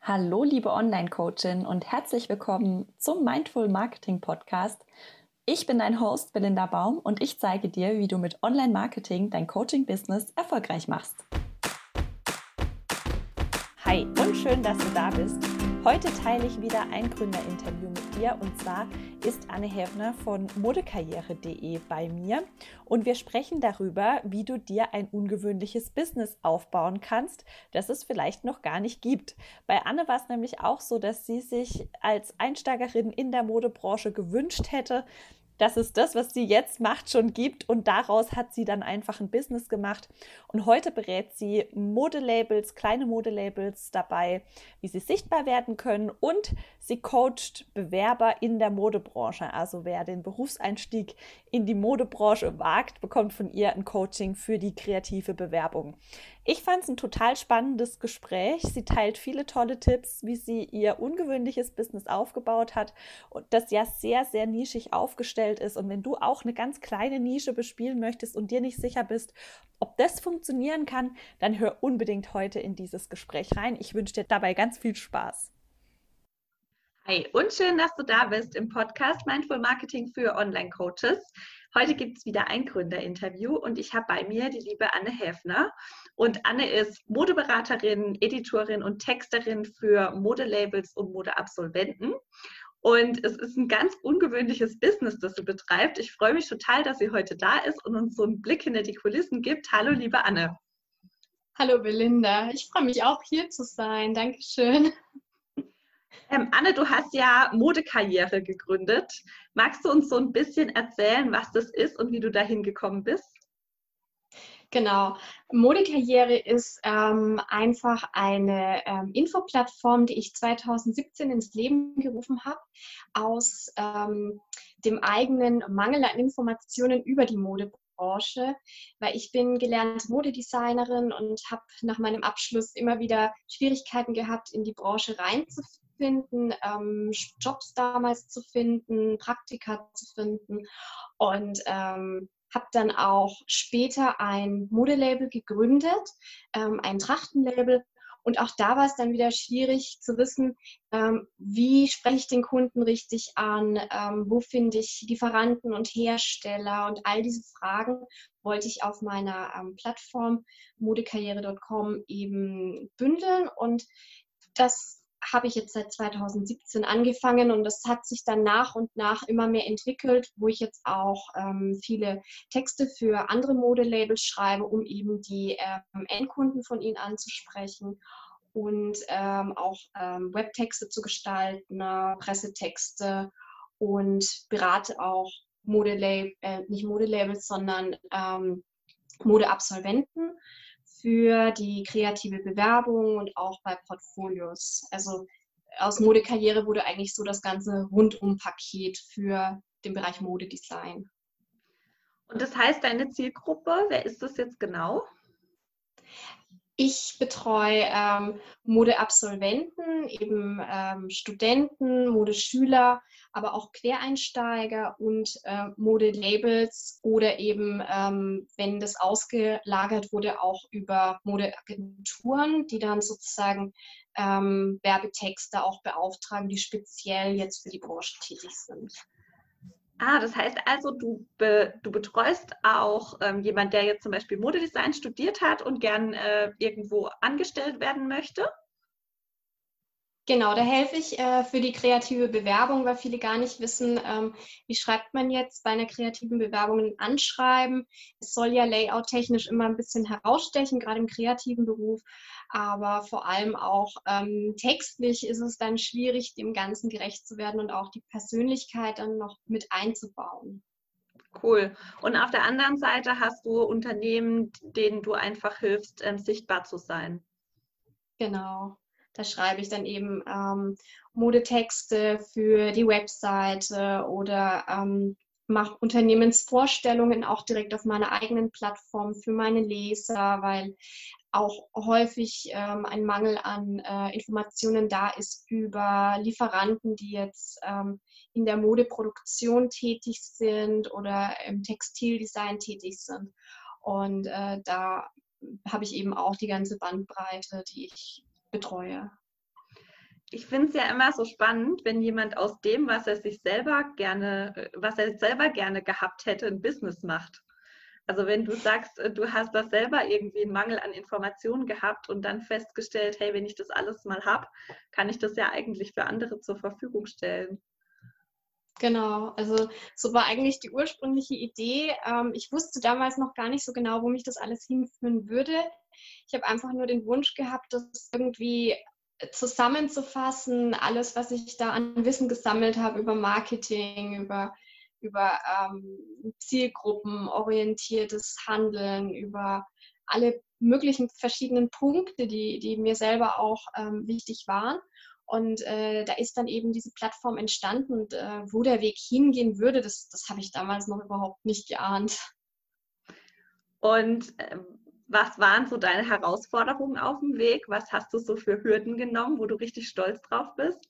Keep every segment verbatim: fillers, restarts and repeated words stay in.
Hallo, liebe Online-Coachin und herzlich willkommen zum Mindful Marketing Podcast. Ich bin dein Host Belinda Baum und ich zeige dir, wie du mit Online-Marketing dein Coaching-Business erfolgreich machst. Hi und schön, dass du da bist. Heute teile ich wieder ein Gründerinterview mit dir und zwar ist Anne Häfner von modekarriere punkt de bei mir und wir sprechen darüber, wie du dir ein ungewöhnliches Business aufbauen kannst, das es vielleicht noch gar nicht gibt. Bei Anne war es nämlich auch so, dass sie sich als Einsteigerin in der Modebranche gewünscht hätte, dass es das, was sie jetzt macht, schon gibt und daraus hat sie dann einfach ein Business gemacht und heute berät sie Modelabels, kleine Modelabels dabei, wie sie sichtbar werden können und sie coacht Bewerber in der Modebranche. Also wer den Berufseinstieg in die Modebranche wagt, bekommt von ihr ein Coaching für die kreative Bewerbung. Ich fand es ein total spannendes Gespräch. Sie teilt viele tolle Tipps, wie sie ihr ungewöhnliches Business aufgebaut hat und das ja sehr, sehr nischig aufgestellt ist. Und wenn du auch eine ganz kleine Nische bespielen möchtest und dir nicht sicher bist, ob das funktionieren kann, dann hör unbedingt heute in dieses Gespräch rein. Ich wünsche dir dabei ganz viel Spaß. Hi und schön, dass du da bist im Podcast Mindful Marketing für Online-Coaches. Heute gibt es wieder ein Gründerinterview und ich habe bei mir die liebe Anne Häfner. Und Anne ist Modeberaterin, Editorin und Texterin für Modelabels und Modeabsolventen. Und es ist ein ganz ungewöhnliches Business, das sie betreibt. Ich freue mich total, dass sie heute da ist und uns so einen Blick hinter die Kulissen gibt. Hallo, liebe Anne. Hallo Belinda, ich freue mich auch hier zu sein. Dankeschön. Ähm, Anne, du hast ja Modekarriere gegründet. Magst du uns so ein bisschen erzählen, was das ist und wie du dahin gekommen bist? Genau, Modekarriere ist ähm, einfach eine ähm, Infoplattform, die ich zweitausendsiebzehn ins Leben gerufen habe, aus ähm, dem eigenen Mangel an Informationen über die Modebranche, weil ich bin gelernte Modedesignerin und habe nach meinem Abschluss immer wieder Schwierigkeiten gehabt, in die Branche reinzufinden, ähm, Jobs damals zu finden, Praktika zu finden und ähm, habe dann auch später ein Modelabel gegründet, ähm, ein Trachtenlabel. Und auch da war es dann wieder schwierig zu wissen, ähm, wie spreche ich den Kunden richtig an, ähm, wo finde ich Lieferanten und Hersteller und all diese Fragen wollte ich auf meiner ähm, Plattform modekarriere punkt com eben bündeln und das habe ich jetzt seit zweitausendsiebzehn angefangen und das hat sich dann nach und nach immer mehr entwickelt, wo ich jetzt auch ähm, viele Texte für andere Modelabels schreibe, um eben die ähm, Endkunden von ihnen anzusprechen und ähm, auch ähm, Webtexte zu gestalten, äh, Pressetexte und berate auch Modelab äh, nicht Modelabels, sondern ähm, Modeabsolventen für die kreative Bewerbung und auch bei Portfolios. Also aus Modekarriere wurde eigentlich so das ganze Rundum-Paket für den Bereich Modedesign. Und das heißt, deine Zielgruppe, wer ist das jetzt genau? Ich betreue ähm, Modeabsolventen, eben ähm, Studenten, Modeschüler, aber auch Quereinsteiger und äh, Modelabels oder eben, ähm, wenn das ausgelagert wurde, auch über Modeagenturen, die dann sozusagen ähm, Werbetexte auch beauftragen, die speziell jetzt für die Branche tätig sind. Ah, das heißt also, du, be, du betreust auch ähm, jemand, der jetzt zum Beispiel Modedesign studiert hat und gern äh, irgendwo angestellt werden möchte? Genau, da helfe ich äh, für die kreative Bewerbung, weil viele gar nicht wissen, ähm, wie schreibt man jetzt bei einer kreativen Bewerbung ein Anschreiben. Es soll ja layout-technisch immer ein bisschen herausstechen, gerade im kreativen Beruf, aber vor allem auch ähm, textlich ist es dann schwierig, dem Ganzen gerecht zu werden und auch die Persönlichkeit dann noch mit einzubauen. Cool. Und auf der anderen Seite hast du Unternehmen, denen du einfach hilfst, ähm, sichtbar zu sein. Genau. Da schreibe ich dann eben ähm, Modetexte für die Webseite oder ähm, mache Unternehmensvorstellungen auch direkt auf meiner eigenen Plattform für meine Leser, weil auch häufig ähm, ein Mangel an äh, Informationen da ist über Lieferanten, die jetzt ähm, in der Modeproduktion tätig sind oder im Textildesign tätig sind. Und äh, da habe ich eben auch die ganze Bandbreite, die ich betreue. Ich finde es ja immer so spannend, wenn jemand aus dem, was er sich selber gerne, äh, was er selber gerne gehabt hätte, ein Business macht. Also wenn du sagst, äh, du hast da selber irgendwie einen Mangel an Informationen gehabt und dann festgestellt, hey, wenn ich das alles mal habe, kann ich das ja eigentlich für andere zur Verfügung stellen. Genau, also so war eigentlich die ursprüngliche Idee. Ähm, ich wusste damals noch gar nicht so genau, wo mich das alles hinführen würde. Ich habe einfach nur den Wunsch gehabt, das irgendwie zusammenzufassen, alles, was ich da an Wissen gesammelt habe über Marketing, über, über ähm, zielgruppenorientiertes Handeln, über alle möglichen verschiedenen Punkte, die, die mir selber auch ähm, wichtig waren. Und äh, da ist dann eben diese Plattform entstanden und äh, wo der Weg hingehen würde, das, das habe ich damals noch überhaupt nicht geahnt. Und ähm, was waren so deine Herausforderungen auf dem Weg? Was hast du so für Hürden genommen, wo du richtig stolz drauf bist?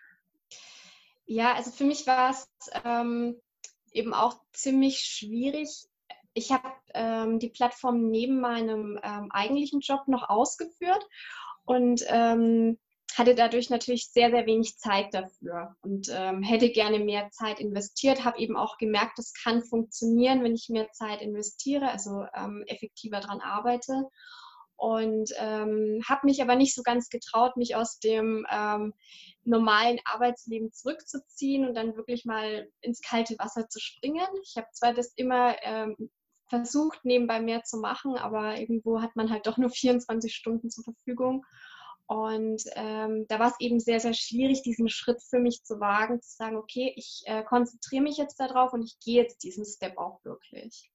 Ja, also für mich war es ähm, eben auch ziemlich schwierig. Ich habe ähm, die Plattform neben meinem ähm, eigentlichen Job noch ausgeführt und ähm, hatte dadurch natürlich sehr, sehr wenig Zeit dafür und ähm, hätte gerne mehr Zeit investiert, habe eben auch gemerkt, das kann funktionieren, wenn ich mehr Zeit investiere, also ähm, effektiver daran arbeite. Und ähm, habe mich aber nicht so ganz getraut, mich aus dem ähm, normalen Arbeitsleben zurückzuziehen und dann wirklich mal ins kalte Wasser zu springen. Ich habe zwar das immer ähm, versucht, nebenbei mehr zu machen, aber irgendwo hat man halt doch nur vierundzwanzig Stunden zur Verfügung. Und ähm, da war es eben sehr, sehr schwierig, diesen Schritt für mich zu wagen, zu sagen, okay, ich äh, konzentriere mich jetzt darauf und ich gehe jetzt diesen Step auch wirklich.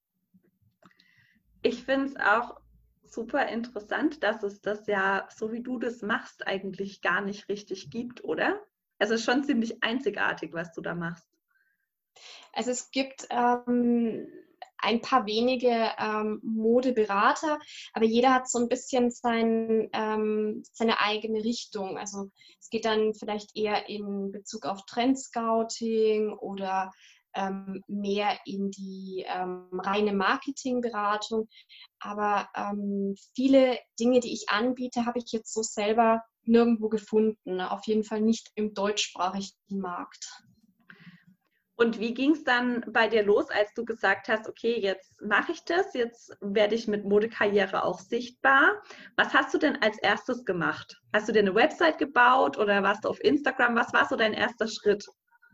Ich finde es auch super interessant, dass es das ja, so wie du das machst, eigentlich gar nicht richtig gibt, oder? Also es ist schon ziemlich einzigartig, was du da machst. Also es gibt ähm, ein paar wenige ähm, Modeberater, aber jeder hat so ein bisschen sein, ähm, seine eigene Richtung. Also es geht dann vielleicht eher in Bezug auf Trendscouting oder ähm, mehr in die ähm, reine Marketingberatung. Aber ähm, viele Dinge, die ich anbiete, habe ich jetzt so selber nirgendwo gefunden. Auf jeden Fall nicht im deutschsprachigen Markt. Und wie ging es dann bei dir los, als du gesagt hast, okay, jetzt mache ich das, jetzt werde ich mit Modekarriere auch sichtbar. Was hast du denn als erstes gemacht? Hast du dir eine Website gebaut oder warst du auf Instagram? Was war so dein erster Schritt?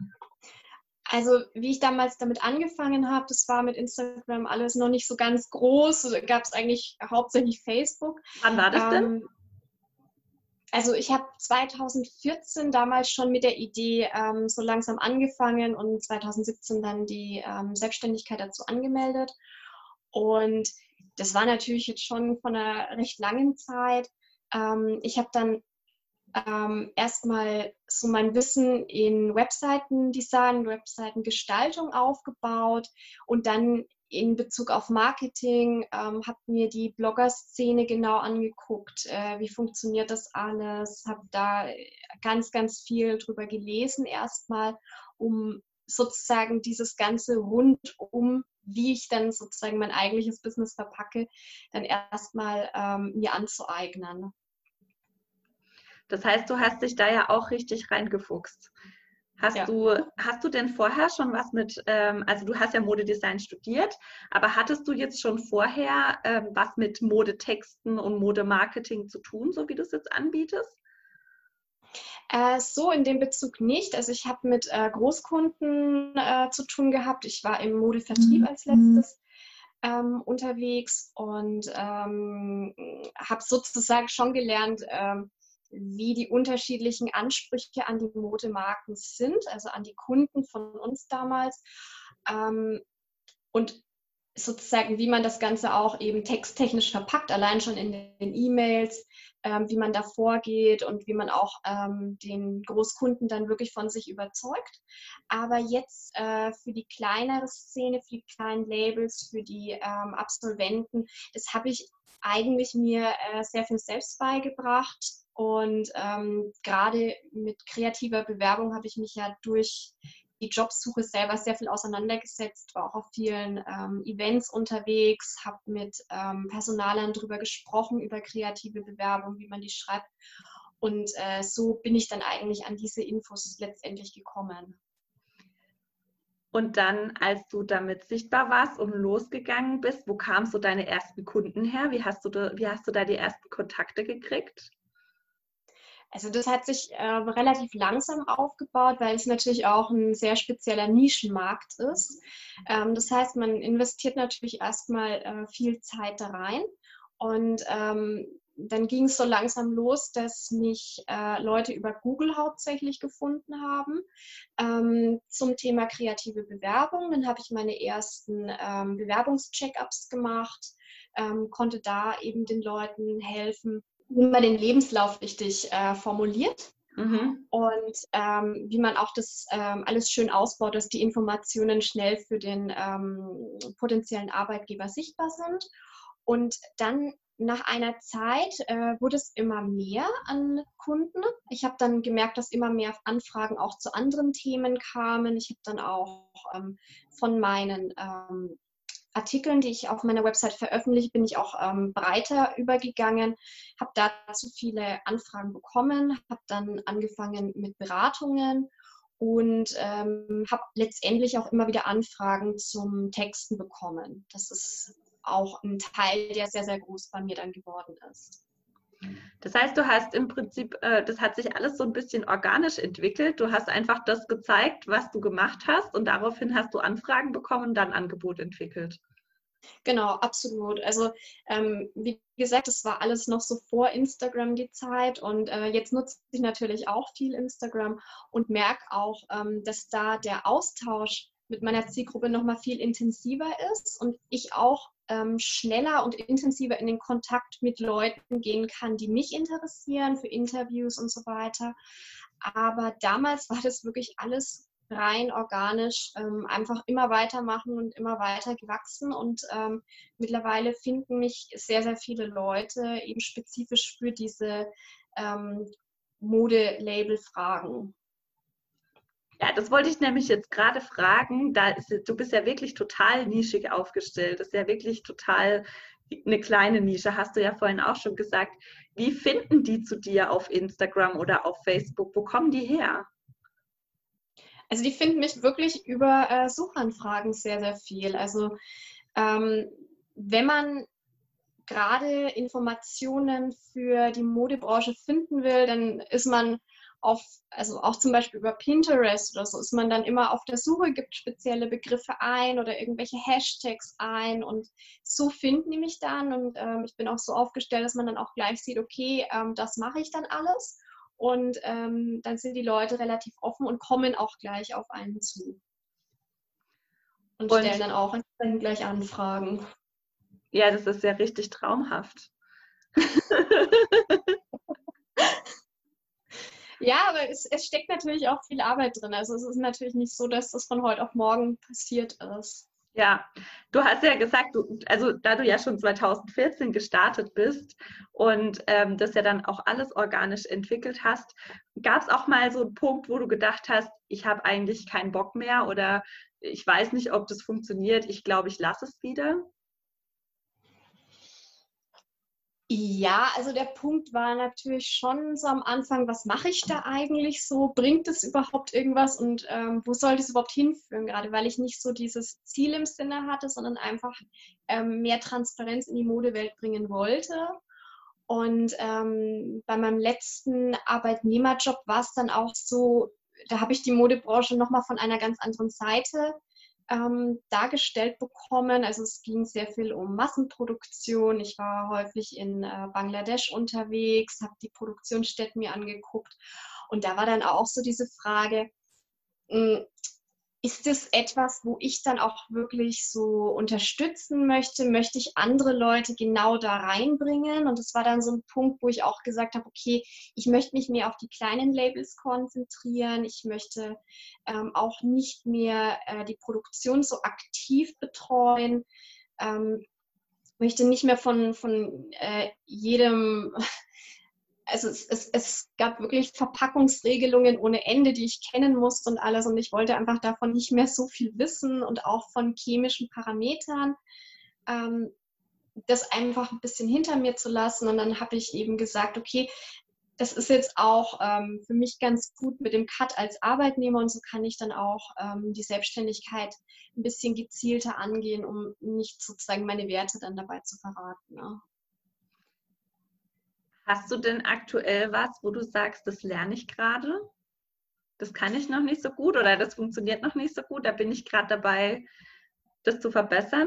Also wie ich damals damit angefangen habe, das war mit Instagram alles noch nicht so ganz groß. Da gab es eigentlich hauptsächlich Facebook. Wann war das denn? Ähm, also ich habe zweitausendvierzehn damals schon mit der Idee ähm, so langsam angefangen und zweitausendsiebzehn dann die ähm, Selbstständigkeit dazu angemeldet. Und das war natürlich jetzt schon von einer recht langen Zeit. Ähm, ich habe dann ähm, erstmal so mein Wissen in Webseitendesign, Webseitengestaltung aufgebaut und dann in Bezug auf Marketing, ähm, habe mir die Blogger-Szene genau angeguckt, äh, wie funktioniert das alles, habe da ganz, ganz viel drüber gelesen erstmal, um sozusagen dieses ganze rundum, wie ich dann sozusagen mein eigentliches Business verpacke, dann erstmal ähm, mir anzueignen. Das heißt, du hast dich da ja auch richtig reingefuchst. Hast Ja. du, hast du denn vorher schon was mit, ähm, also du hast ja Modedesign studiert, aber hattest du jetzt schon vorher ähm, was mit Modetexten und Modemarketing zu tun, so wie du es jetzt anbietest? Äh, so in dem Bezug nicht. Also ich habe mit äh, Großkunden äh, zu tun gehabt. Ich war im Modevertrieb als letztes ähm, unterwegs und ähm, habe sozusagen schon gelernt, ähm, wie die unterschiedlichen Ansprüche an die Modemarken sind, also an die Kunden von uns damals. Ähm, und sozusagen, wie man das Ganze auch eben texttechnisch verpackt, allein schon in den E-Mails, ähm, wie man da vorgeht und wie man auch ähm, den Großkunden dann wirklich von sich überzeugt. Aber jetzt äh, für die kleinere Szene, für die kleinen Labels, für die ähm, Absolventen, das habe ich eigentlich mir äh, sehr viel selbst beigebracht. Und ähm, gerade mit kreativer Bewerbung habe ich mich ja durch die Jobsuche selber sehr viel auseinandergesetzt, war auch auf vielen ähm, Events unterwegs, habe mit ähm, Personalern darüber gesprochen, über kreative Bewerbung, wie man die schreibt. Und äh, so bin ich dann eigentlich an diese Infos letztendlich gekommen. Und dann, als du damit sichtbar warst und losgegangen bist, wo kamen so deine ersten Kunden her? Wie hast du da, wie hast du da die ersten Kontakte gekriegt? Also das hat sich äh, relativ langsam aufgebaut, weil es natürlich auch ein sehr spezieller Nischenmarkt ist. Ähm, das heißt, man investiert natürlich erstmal äh, viel Zeit da rein. Und ähm, dann ging es so langsam los, dass mich äh, Leute über Google hauptsächlich gefunden haben ähm, zum Thema kreative Bewerbung. Dann habe ich meine ersten ähm, Bewerbungscheck-ups gemacht, ähm, konnte da eben den Leuten helfen, wie man den Lebenslauf richtig äh, formuliert mhm. und ähm, wie man auch das ähm, alles schön ausbaut, dass die Informationen schnell für den ähm, potenziellen Arbeitgeber sichtbar sind. Und dann nach einer Zeit äh, wurde es immer mehr an Kunden. Ich habe dann gemerkt, dass immer mehr Anfragen auch zu anderen Themen kamen. Ich habe dann auch ähm, von meinen ähm, Artikeln, die ich auf meiner Website veröffentliche, bin ich auch ähm, breiter übergegangen, habe dazu viele Anfragen bekommen, habe dann angefangen mit Beratungen und ähm, habe letztendlich auch immer wieder Anfragen zum Texten bekommen. Das ist auch ein Teil, der sehr, sehr groß bei mir dann geworden ist. Das heißt, du hast im Prinzip, äh, das hat sich alles so ein bisschen organisch entwickelt. Du hast einfach das gezeigt, was du gemacht hast und daraufhin hast du Anfragen bekommen und dann ein Angebot entwickelt. Genau, absolut. Also ähm, wie gesagt, es war alles noch so vor Instagram die Zeit und äh, jetzt nutze ich natürlich auch viel Instagram und merke auch, ähm, dass da der Austausch mit meiner Zielgruppe nochmal viel intensiver ist und ich auch ähm, schneller und intensiver in den Kontakt mit Leuten gehen kann, die mich interessieren für Interviews und so weiter. Aber damals war das wirklich alles rein organisch, ähm, einfach immer weitermachen und immer weiter gewachsen und ähm, mittlerweile finden mich sehr, sehr viele Leute eben spezifisch für diese ähm, Modelabel-Fragen. Ja, das wollte ich nämlich jetzt gerade fragen. Da ist, du bist ja wirklich total nischig aufgestellt. Das ist ja wirklich total eine kleine Nische, hast du ja vorhin auch schon gesagt. Wie finden die zu dir auf Instagram oder auf Facebook? Wo kommen die her? Also die finden mich wirklich über äh, Suchanfragen sehr, sehr viel. Also ähm, wenn man gerade Informationen für die Modebranche finden will, dann ist man auf, also auch zum Beispiel über Pinterest oder so, ist man dann immer auf der Suche, gibt spezielle Begriffe ein oder irgendwelche Hashtags ein und so finden die mich dann und ähm, ich bin auch so aufgestellt, dass man dann auch gleich sieht, okay, ähm, das mache ich dann alles und ähm, dann sind die Leute relativ offen und kommen auch gleich auf einen zu und, und stellen dann auch dann gleich Anfragen. Ja, das ist ja richtig traumhaft. Ja, aber es, es steckt natürlich auch viel Arbeit drin. Also es ist natürlich nicht so, dass das von heute auf morgen passiert ist. Ja, du hast ja gesagt, du, also da du ja schon zweitausendvierzehn gestartet bist und ähm, das ja dann auch alles organisch entwickelt hast, gab es auch mal so einen Punkt, wo du gedacht hast, ich habe eigentlich keinen Bock mehr oder ich weiß nicht, ob das funktioniert, ich glaube, ich lasse es wieder? Ja, also der Punkt war natürlich schon so am Anfang, was mache ich da eigentlich so? Bringt es überhaupt irgendwas und ähm, wo soll das überhaupt hinführen? Gerade weil ich nicht so dieses Ziel im Sinne hatte, sondern einfach ähm, mehr Transparenz in die Modewelt bringen wollte. Und ähm, bei meinem letzten Arbeitnehmerjob war es dann auch so, da habe ich die Modebranche nochmal von einer ganz anderen Seite ähm, dargestellt bekommen. Also es ging sehr viel um Massenproduktion. Ich war häufig in äh, Bangladesch unterwegs, habe die Produktionsstätten mir angeguckt. Und da war dann auch so diese Frage, mh, ist das etwas, wo ich dann auch wirklich so unterstützen möchte? Möchte ich andere Leute genau da reinbringen? Und das war dann so ein Punkt, wo ich auch gesagt habe, okay, ich möchte mich mehr auf die kleinen Labels konzentrieren. Ich möchte ähm, auch nicht mehr äh, die Produktion so aktiv betreuen. Ähm, möchte nicht mehr von, von äh, jedem... Also es, es, es gab wirklich Verpackungsregelungen ohne Ende, die ich kennen musste und alles. Und ich wollte einfach davon nicht mehr so viel wissen und auch von chemischen Parametern. Ähm, das einfach ein bisschen hinter mir zu lassen. Und dann habe ich eben gesagt, okay, das ist jetzt auch ähm, für mich ganz gut mit dem Cut als Arbeitnehmer und so kann ich dann auch ähm, die Selbstständigkeit ein bisschen gezielter angehen, um nicht sozusagen meine Werte dann dabei zu verraten. Ne? Hast du denn aktuell was, wo du sagst, das lerne ich gerade? Das kann ich noch nicht so gut oder das funktioniert noch nicht so gut, da bin ich gerade dabei, das zu verbessern?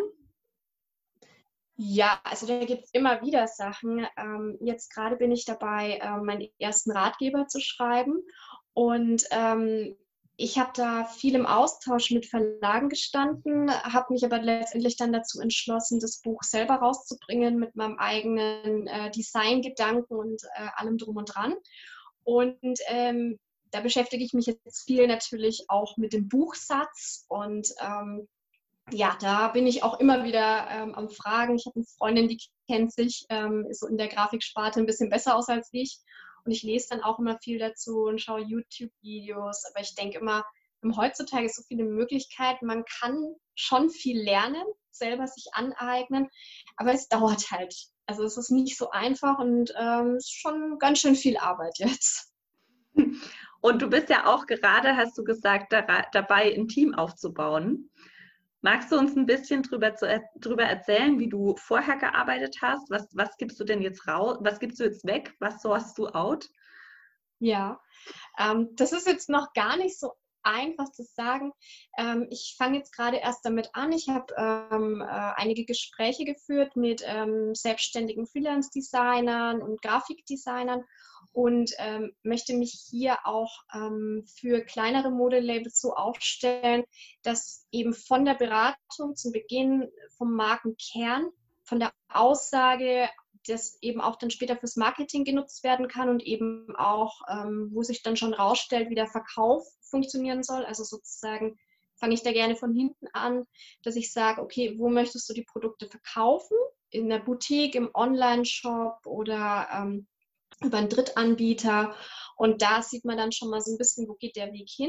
Ja, also da gibt es immer wieder Sachen. Ähm, jetzt gerade bin ich dabei, ähm, meinen ersten Ratgeber zu schreiben. Und ähm, ich habe da viel im Austausch mit Verlagen gestanden, habe mich aber letztendlich dann dazu entschlossen, das Buch selber rauszubringen mit meinem eigenen äh, Designgedanken und äh, allem drum und dran. Und ähm, da beschäftige ich mich jetzt viel natürlich auch mit dem Buchsatz und ähm, ja, da bin ich auch immer wieder ähm, am Fragen. Ich habe eine Freundin, die kennt sich, ähm, ist so in der Grafiksparte ein bisschen besser aus als ich. Und ich lese dann auch immer viel dazu und schaue YouTube-Videos. Aber ich denke immer, wir haben heutzutage so viele Möglichkeiten. Man kann schon viel lernen, selber sich aneignen, aber es dauert halt. Also es ist nicht so einfach und ähm, es ist schon ganz schön viel Arbeit jetzt. Und du bist ja auch gerade, hast du gesagt, da, dabei, ein Team aufzubauen. Magst du uns ein bisschen drüber, zu, drüber erzählen, wie du vorher gearbeitet hast? Was, was gibst du denn jetzt raus? Was gibst du jetzt weg? Was sourcest du out? Ja, ähm, das ist jetzt noch gar nicht so einfach zu sagen. Ähm, ich fange jetzt gerade erst damit an. Ich habe ähm, äh, einige Gespräche geführt mit ähm, selbstständigen Freelance-Designern und Grafikdesignern und ähm, möchte mich hier auch ähm, für kleinere Modelabels so aufstellen, dass eben von der Beratung zum Beginn vom Markenkern, von der Aussage, das eben auch dann später fürs Marketing genutzt werden kann und eben auch, ähm, wo sich dann schon rausstellt, wie der Verkauf funktionieren soll. Also sozusagen fange ich da gerne von hinten an, dass ich sage, okay, wo möchtest du die Produkte verkaufen? In der Boutique, im Online-Shop oder ähm, über einen Drittanbieter. Und da sieht man dann schon mal so ein bisschen, wo geht der Weg hin.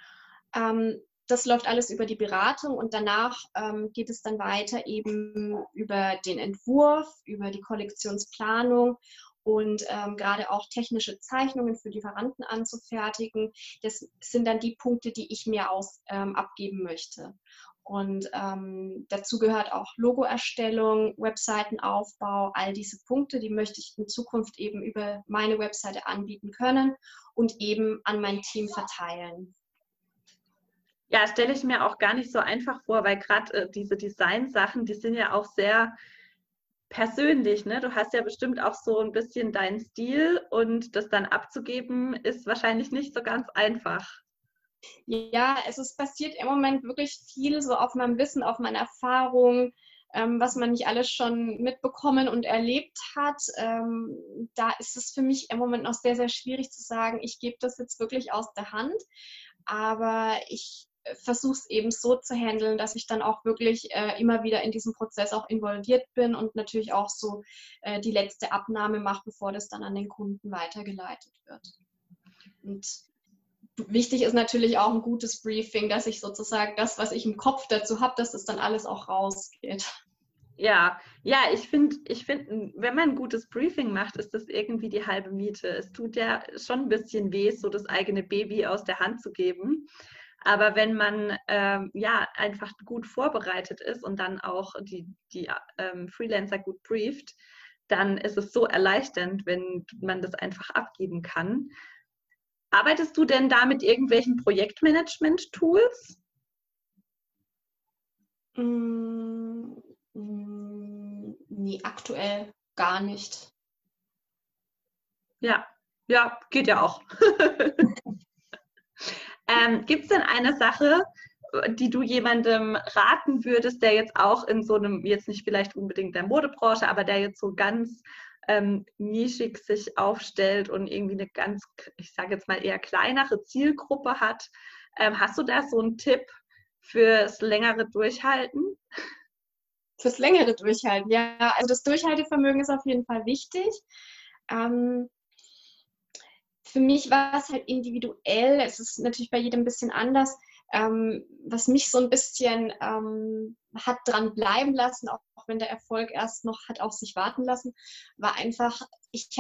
Ähm, das läuft alles über die Beratung und danach ähm, geht es dann weiter eben über den Entwurf, über die Kollektionsplanung und ähm, gerade auch technische Zeichnungen für Lieferanten anzufertigen. Das sind dann die Punkte, die ich mir aus, ähm, abgeben möchte. Und ähm, dazu gehört auch Logoerstellung, Webseitenaufbau, all diese Punkte, die möchte ich in Zukunft eben über meine Webseite anbieten können und eben an mein Team verteilen. Ja, stelle ich mir auch gar nicht so einfach vor, weil gerade äh, diese Design-Sachen, die sind ja auch sehr persönlich, ne? Du hast ja bestimmt auch so ein bisschen deinen Stil und das dann abzugeben, ist wahrscheinlich nicht so ganz einfach. Ja, es ist passiert im Moment wirklich viel so auf meinem Wissen, auf meiner Erfahrung, ähm, was man nicht alles schon mitbekommen und erlebt hat. Ähm, da ist es für mich im Moment noch sehr, sehr schwierig zu sagen, ich gebe das jetzt wirklich aus der Hand. Aber ich versuche es eben so zu handeln, dass ich dann auch wirklich äh, immer wieder in diesem Prozess auch involviert bin und natürlich auch so äh, die letzte Abnahme mache, bevor das dann an den Kunden weitergeleitet wird. Und wichtig ist natürlich auch ein gutes Briefing, dass ich sozusagen das, was ich im Kopf dazu habe, dass das dann alles auch rausgeht. Ja, ja, ich finde, ich finde, wenn man ein gutes Briefing macht, ist das irgendwie die halbe Miete. Es tut ja schon ein bisschen weh, so das eigene Baby aus der Hand zu geben. Aber wenn man ähm, ja einfach gut vorbereitet ist und dann auch die, die ähm, Freelancer gut brieft, dann ist es so erleichternd, wenn man das einfach abgeben kann. Arbeitest du denn da mit irgendwelchen Projektmanagement-Tools? Mm, mm, nee, aktuell gar nicht. Ja, ja, geht ja auch. Ähm, gibt es denn eine Sache, die du jemandem raten würdest, der jetzt auch in so einem, jetzt nicht vielleicht unbedingt der Modebranche, aber der jetzt so ganz ähm, nischig sich aufstellt und irgendwie eine ganz, ich sage jetzt mal eher kleinere Zielgruppe hat? Ähm, hast du da so einen Tipp fürs längere Durchhalten? Fürs längere Durchhalten, ja. Also das Durchhaltevermögen ist auf jeden Fall wichtig. Ähm, für mich war es halt individuell. Es ist natürlich bei jedem ein bisschen anders. Ähm, was mich so ein bisschen ähm, hat dran bleiben lassen, auch, auch wenn der Erfolg erst noch hat auf sich warten lassen, war einfach, ich habe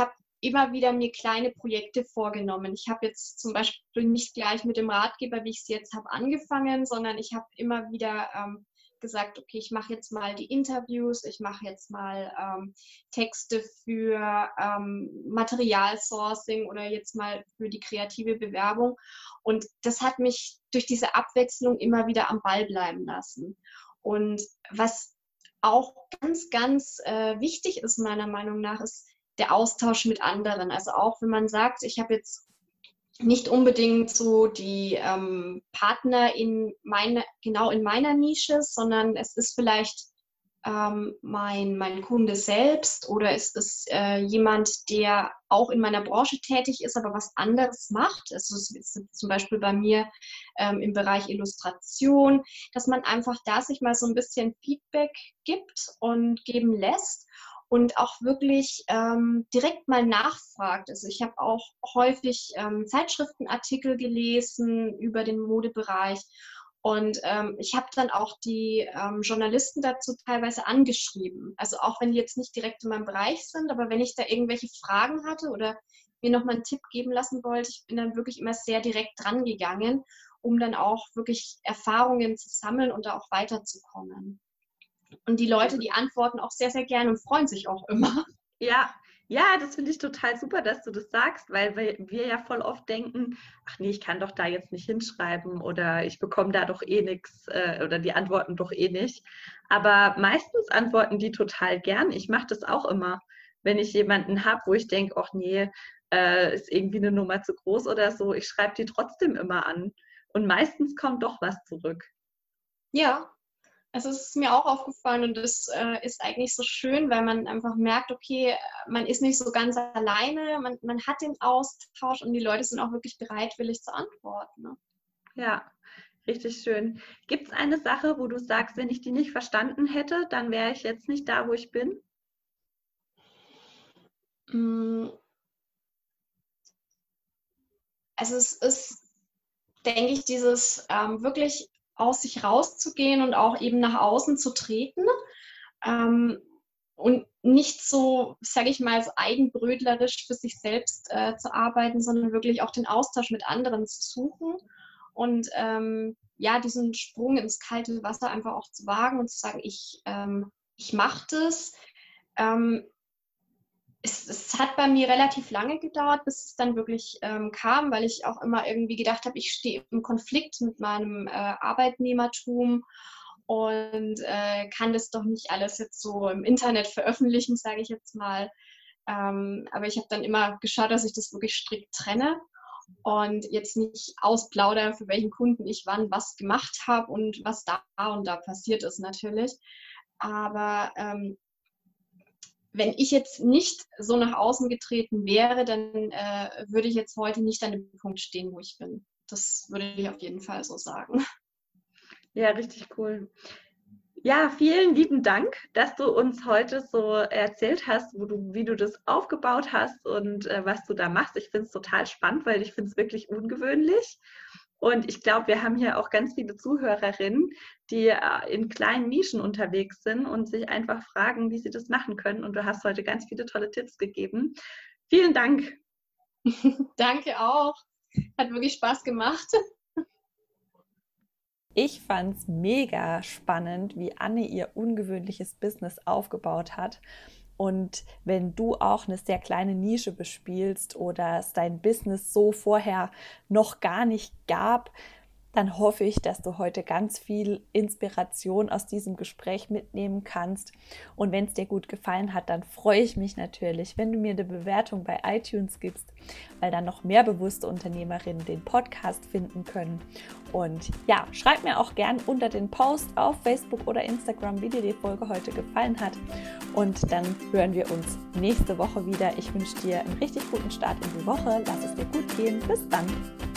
immer wieder mir kleine Projekte vorgenommen. Ich habe jetzt zum Beispiel nicht gleich mit dem Ratgeber, wie ich es jetzt habe, angefangen, sondern ich habe immer wieder ähm, gesagt, okay, ich mache jetzt mal die Interviews, ich mache jetzt mal ähm, Texte für ähm, Materialsourcing oder jetzt mal für die kreative Bewerbung. Und das hat mich durch diese Abwechslung immer wieder am Ball bleiben lassen. Und was auch ganz, ganz äh, wichtig ist, meiner Meinung nach, ist der Austausch mit anderen. Also auch wenn man sagt, ich habe jetzt nicht unbedingt so die ähm, Partner in meine, genau in meiner Nische, sondern es ist vielleicht ähm, mein, mein Kunde selbst oder es ist äh, jemand, der auch in meiner Branche tätig ist, aber was anderes macht. Also es ist zum Beispiel bei mir ähm, im Bereich Illustration, dass man einfach da sich mal so ein bisschen Feedback gibt und geben lässt. Und auch wirklich ähm, direkt mal nachfragt. Also ich habe auch häufig ähm, Zeitschriftenartikel gelesen über den Modebereich und ähm, ich habe dann auch die ähm, Journalisten dazu teilweise angeschrieben. Also auch wenn die jetzt nicht direkt in meinem Bereich sind, aber wenn ich da irgendwelche Fragen hatte oder mir nochmal einen Tipp geben lassen wollte, ich bin dann wirklich immer sehr direkt dran gegangen, um dann auch wirklich Erfahrungen zu sammeln und da auch weiterzukommen. Und die Leute, die antworten auch sehr, sehr gerne und freuen sich auch immer. Ja, ja, das finde ich total super, dass du das sagst, weil wir, wir ja voll oft denken, ach nee, ich kann doch da jetzt nicht hinschreiben oder ich bekomme da doch eh nichts äh, oder die antworten doch eh nicht. Aber meistens antworten die total gern. Ich mache das auch immer, wenn ich jemanden habe, wo ich denke, ach nee, äh, ist irgendwie eine Nummer zu groß oder so. Ich schreibe die trotzdem immer an. Und meistens kommt doch was zurück. Ja, also es ist mir auch aufgefallen und das äh, ist eigentlich so schön, weil man einfach merkt, okay, man ist nicht so ganz alleine, man, man hat den Austausch und die Leute sind auch wirklich bereitwillig zu antworten. Ne? Ja, richtig schön. Gibt es eine Sache, wo du sagst, wenn ich die nicht verstanden hätte, dann wäre ich jetzt nicht da, wo ich bin? Also es ist, denke ich, dieses ähm, wirklich aus sich rauszugehen und auch eben nach außen zu treten ähm, und nicht so, sage ich mal, so eigenbrötlerisch für sich selbst äh, zu arbeiten, sondern wirklich auch den Austausch mit anderen zu suchen und ähm, ja, diesen Sprung ins kalte Wasser einfach auch zu wagen und zu sagen, ich, ähm, ich mache das. Ähm, Es, es hat bei mir relativ lange gedauert, bis es dann wirklich ähm, kam, weil ich auch immer irgendwie gedacht habe, ich stehe im Konflikt mit meinem äh, Arbeitnehmertum und äh, kann das doch nicht alles jetzt so im Internet veröffentlichen, sage ich jetzt mal. Ähm, aber ich habe dann immer geschaut, dass ich das wirklich strikt trenne und jetzt nicht ausplaudere, für welchen Kunden ich wann was gemacht habe und was da und da passiert ist natürlich. Aber ähm, wenn ich jetzt nicht so nach außen getreten wäre, dann äh, würde ich jetzt heute nicht an dem Punkt stehen, wo ich bin. Das würde ich auf jeden Fall so sagen. Ja, richtig cool. Ja, vielen lieben Dank, dass du uns heute so erzählt hast, wo du, wie du das aufgebaut hast und äh, was du da machst. Ich finde es total spannend, weil ich finde es wirklich ungewöhnlich. Und ich glaube, wir haben hier auch ganz viele Zuhörerinnen, die äh, in kleinen Nischen unterwegs sind und sich einfach fragen, wie sie das machen können. Und du hast heute ganz viele tolle Tipps gegeben. Vielen Dank. Danke auch. Hat wirklich Spaß gemacht. Ich fand es mega spannend, wie Anne ihr ungewöhnliches Business aufgebaut hat. Und wenn du auch eine sehr kleine Nische bespielst oder es dein Business so vorher noch gar nicht gab, dann hoffe ich, dass du heute ganz viel Inspiration aus diesem Gespräch mitnehmen kannst. Und wenn es dir gut gefallen hat, dann freue ich mich natürlich, wenn du mir eine Bewertung bei iTunes gibst, weil dann noch mehr bewusste Unternehmerinnen den Podcast finden können. Und ja, schreib mir auch gern unter den Post auf Facebook oder Instagram, wie dir die Folge heute gefallen hat. Und dann hören wir uns nächste Woche wieder. Ich wünsche dir einen richtig guten Start in die Woche. Lass es dir gut gehen. Bis dann.